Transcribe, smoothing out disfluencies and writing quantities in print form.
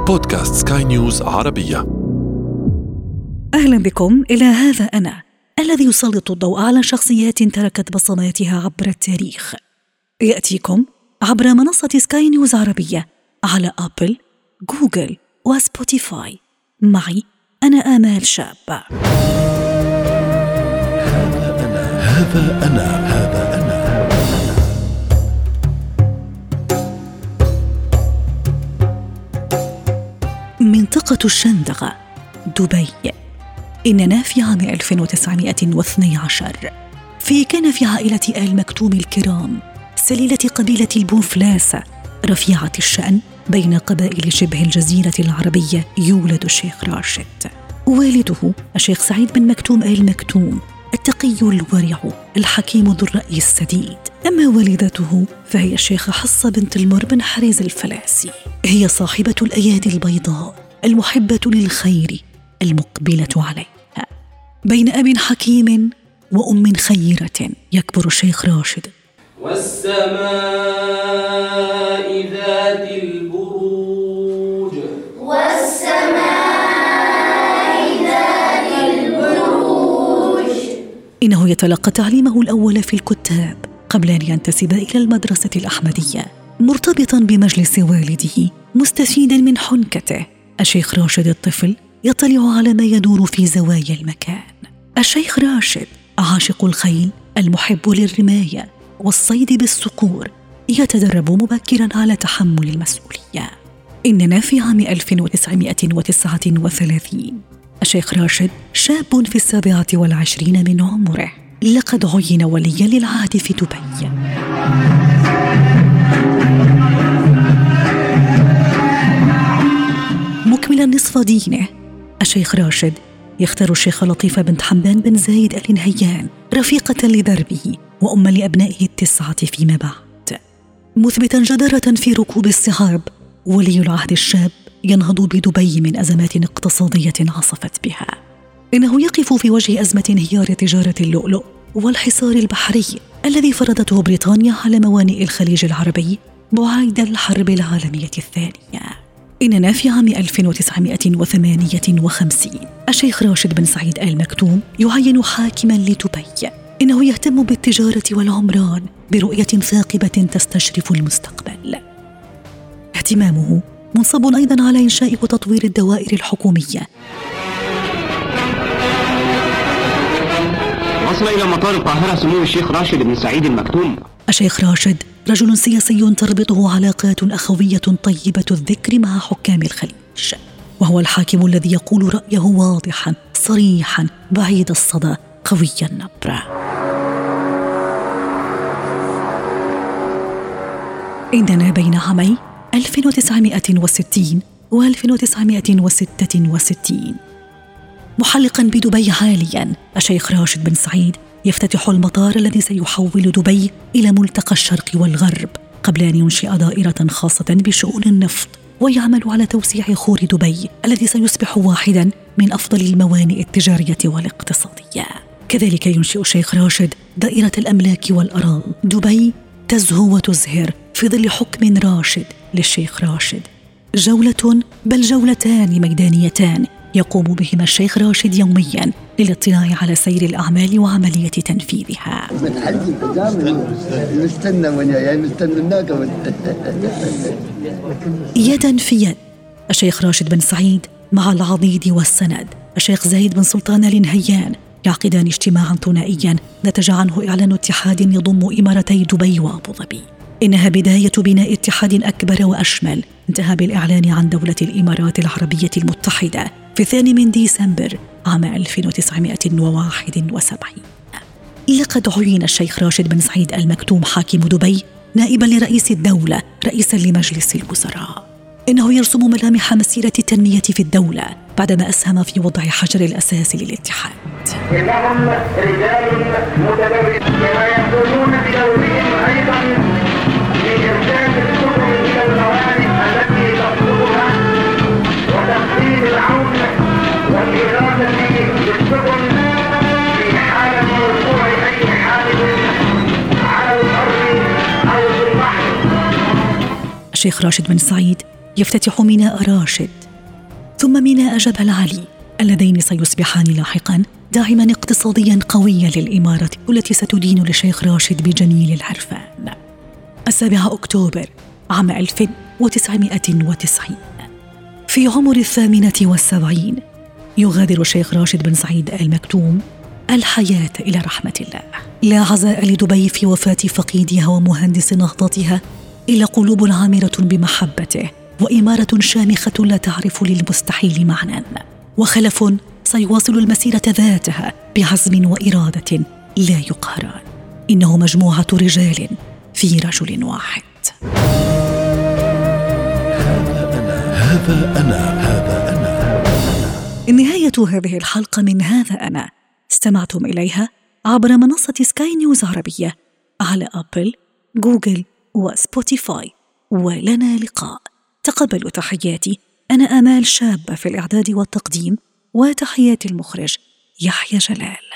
بودكاست سكاي نيوز عربية. أهلا بكم إلى هذا أنا الذي يسلط الضوء على شخصيات تركت بصماتها عبر التاريخ. يأتيكم عبر منصة سكاي نيوز عربية على أبل، جوجل وسبوتيفاي. معي أنا آمال شابة. هذا أنا. منطقة الشندقة، دبي. إننا في عام 1912. كان في عائلة آل مكتوم الكرام، سليلة قبيلة البونفلاسة رفيعة الشأن بين قبائل شبه الجزيرة العربية، يولد الشيخ راشد. والده الشيخ سعيد بن مكتوم آل مكتوم، التقي الورع الحكيم ذو الرأي السديد. أما والدته فهي الشيخة حصة بنت المر بن حريز الفلاسي، هي صاحبة الأيادي البيضاء المحبة للخير المقبلة عليها. بين أب حكيم وأم خيرة يكبر الشيخ راشد. والسماء ذات البروج إنه يتلقى تعليمه الأول في الكتاب قبل أن ينتسب إلى المدرسة الأحمدية، مرتبطاً بمجلس والده، مستفيداً من حنكته. الشيخ راشد الطفل يطلع على ما يدور في زوايا المكان. الشيخ راشد عاشق الخيل، المحب للرماية والصيد بالصقور، يتدرب مبكراً على تحمل المسؤولية. إننا في عام 1939. الشيخ راشد شاب في 27 من عمره، لقد عين ولياً للعهد في دبي. مكملاً نصف دينه، الشيخ راشد يختار الشيخة لطيفة بنت حمدان بن زايد آل نهيان رفيقة لدربه وأم لأبنائه 9 فيما بعد. مثبتاً جدارة في ركوب الصعاب، ولي العهد الشاب ينهض بدبي من أزمات اقتصادية عصفت بها. إنه يقف في وجه أزمة انهيار تجارة اللؤلؤ والحصار البحري الذي فرضته بريطانيا على موانئ الخليج العربي بعد الحرب العالمية الثانية. إننا في عام 1958. الشيخ راشد بن سعيد آل مكتوم يعين حاكماً لدبي. إنه يهتم بالتجارة والعمران برؤية ثاقبة تستشرف المستقبل. اهتمامه منصب أيضاً على إنشاء وتطوير الدوائر الحكومية. وصل إلى مطار القاهرة سمو الشيخ راشد بن سعيد المكتوم. الشيخ راشد رجل سياسي تربطه علاقات أخوية طيبة الذكر مع حكام الخليج، وهو الحاكم الذي يقول رأيه واضحاً صريحاً بعيد الصدى قوي النبرة. إننا بين عامي 1960 و 1966. محلقاً بدبي عالياً، الشيخ راشد بن سعيد يفتتح المطار الذي سيحول دبي إلى ملتقى الشرق والغرب، قبل أن ينشئ دائرة خاصة بشؤون النفط ويعمل على توسيع خور دبي الذي سيصبح واحداً من أفضل الموانئ التجارية والاقتصادية. كذلك ينشئ الشيخ راشد دائرة الأملاك والأراضي. دبي تزهو وتزهر في ظل حكم راشد للشيخ راشد. جولة بل جولتان ميدانيتان يقوم بهما الشيخ راشد يومياً للاطلاع على سير الأعمال وعملية تنفيذها. يداً في يد، الشيخ راشد بن سعيد مع العضيد والسند الشيخ زايد بن سلطان آل نهيان يعقدان اجتماعاً ثنائياً نتج عنه إعلان اتحاد يضم إمارتي دبي وأبو ظبي. إنها بداية بناء اتحاد أكبر وأشمل انتهى بالإعلان عن دولة الإمارات العربية المتحدة في 2 ديسمبر عام 1971. لقد عين الشيخ راشد بن سعيد آل مكتوم حاكم دبي نائباً لرئيس الدولة رئيساً لمجلس الوزراء. إنه يرسم ملامح مسيرة التنمية في الدولة بعدما أسهم في وضع حجر الأساس للاتحاد. إنهم رجال متدربون يقومون بدورهم أيضاً في إرشاد السفن إلى الموانئ التي تطلبها وتقديم العون والإغاثة للسفن في حالة وقوع أي حادث على الأرض أو في البحر. الشيخ راشد بن سعيد يفتتح ميناء راشد ثم ميناء جبل علي، اللذين سيصبحان لاحقاً داعماً اقتصادياً قوياً للإمارة التي ستدين للشيخ راشد بجميل العرفان. 7 أكتوبر عام 1990 في عمر 78 يغادر الشيخ راشد بن سعيد آل مكتوم الحياة إلى رحمة الله. لا عزاء لدبي في وفاة فقيدها ومهندس نهضتها، إلا قلوب عامرة بمحبته وإمارة شامخة لا تعرف للمستحيل معنى، وخلف سيواصل المسيرة ذاتها بعزم وإرادة لا يقهران. إنه مجموعة رجال في رجل واحد. هذا أنا. نهاية هذه الحلقة من هذا أنا، استمعتم إليها عبر منصة سكاي نيوز عربية على أبل، جوجل وسبوتيفاي. ولنا لقاء. تقبلوا تحياتي، أنا آمال شابة في الإعداد والتقديم، وتحيات المخرج يحيى جلال.